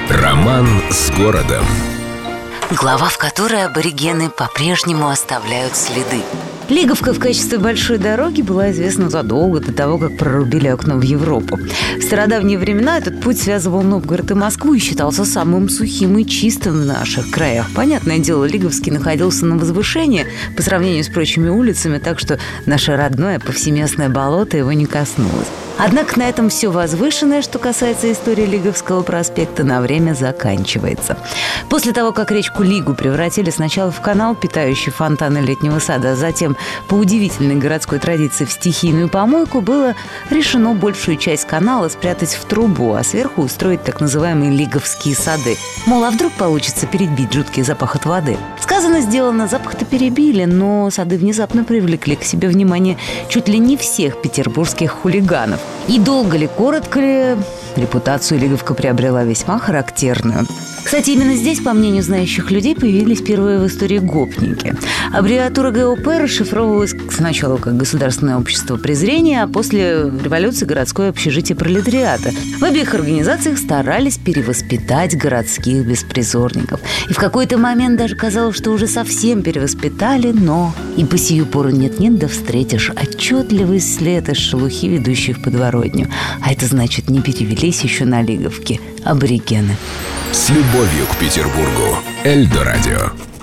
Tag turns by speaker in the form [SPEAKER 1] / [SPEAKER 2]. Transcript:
[SPEAKER 1] Роман с городом.
[SPEAKER 2] Глава, в которой аборигены по-прежнему оставляют следы.
[SPEAKER 3] Лиговка в качестве большой дороги была известна задолго до того, как прорубили окно в Европу. В стародавние времена этот путь связывал Новгород и Москву и считался самым сухим и чистым в наших краях. Понятное дело, Лиговский находился на возвышении по сравнению с прочими улицами, так что наше родное повсеместное болото его не коснулось. Однако на этом все возвышенное, что касается истории Лиговского проспекта, на время заканчивается. После того, как речку Лигу превратили сначала в канал, питающий фонтаны летнего сада, а затем, по удивительной городской традиции, в стихийную помойку, было решено большую часть канала спрятать в трубу, а сверху устроить так называемые Лиговские сады. Мол, а вдруг получится перебить жуткий запах от воды? Сказано, сделано, запах-то перебили, но сады внезапно привлекли к себе внимание чуть ли не всех петербургских хулиганов. И долго ли, коротко ли, репутацию Лиговка приобрела весьма характерную. Кстати, именно здесь, по мнению знающих людей, появились первые в истории гопники. Аббревиатура ГОП расшифровывалась сначала как Государственное общество презрения, а после революции городское общежитие пролетариата. В обеих организациях старались перевоспитать городских беспризорников. И в какой-то момент даже казалось, что уже совсем перевоспитали, но и по сию пору нет-нет, да встретишь отчетливый след из шелухи, ведущей в подворотню. А это значит, не перевелись еще на Лиговке аборигены.
[SPEAKER 1] С любовью к Петербургу. Эльдо радио.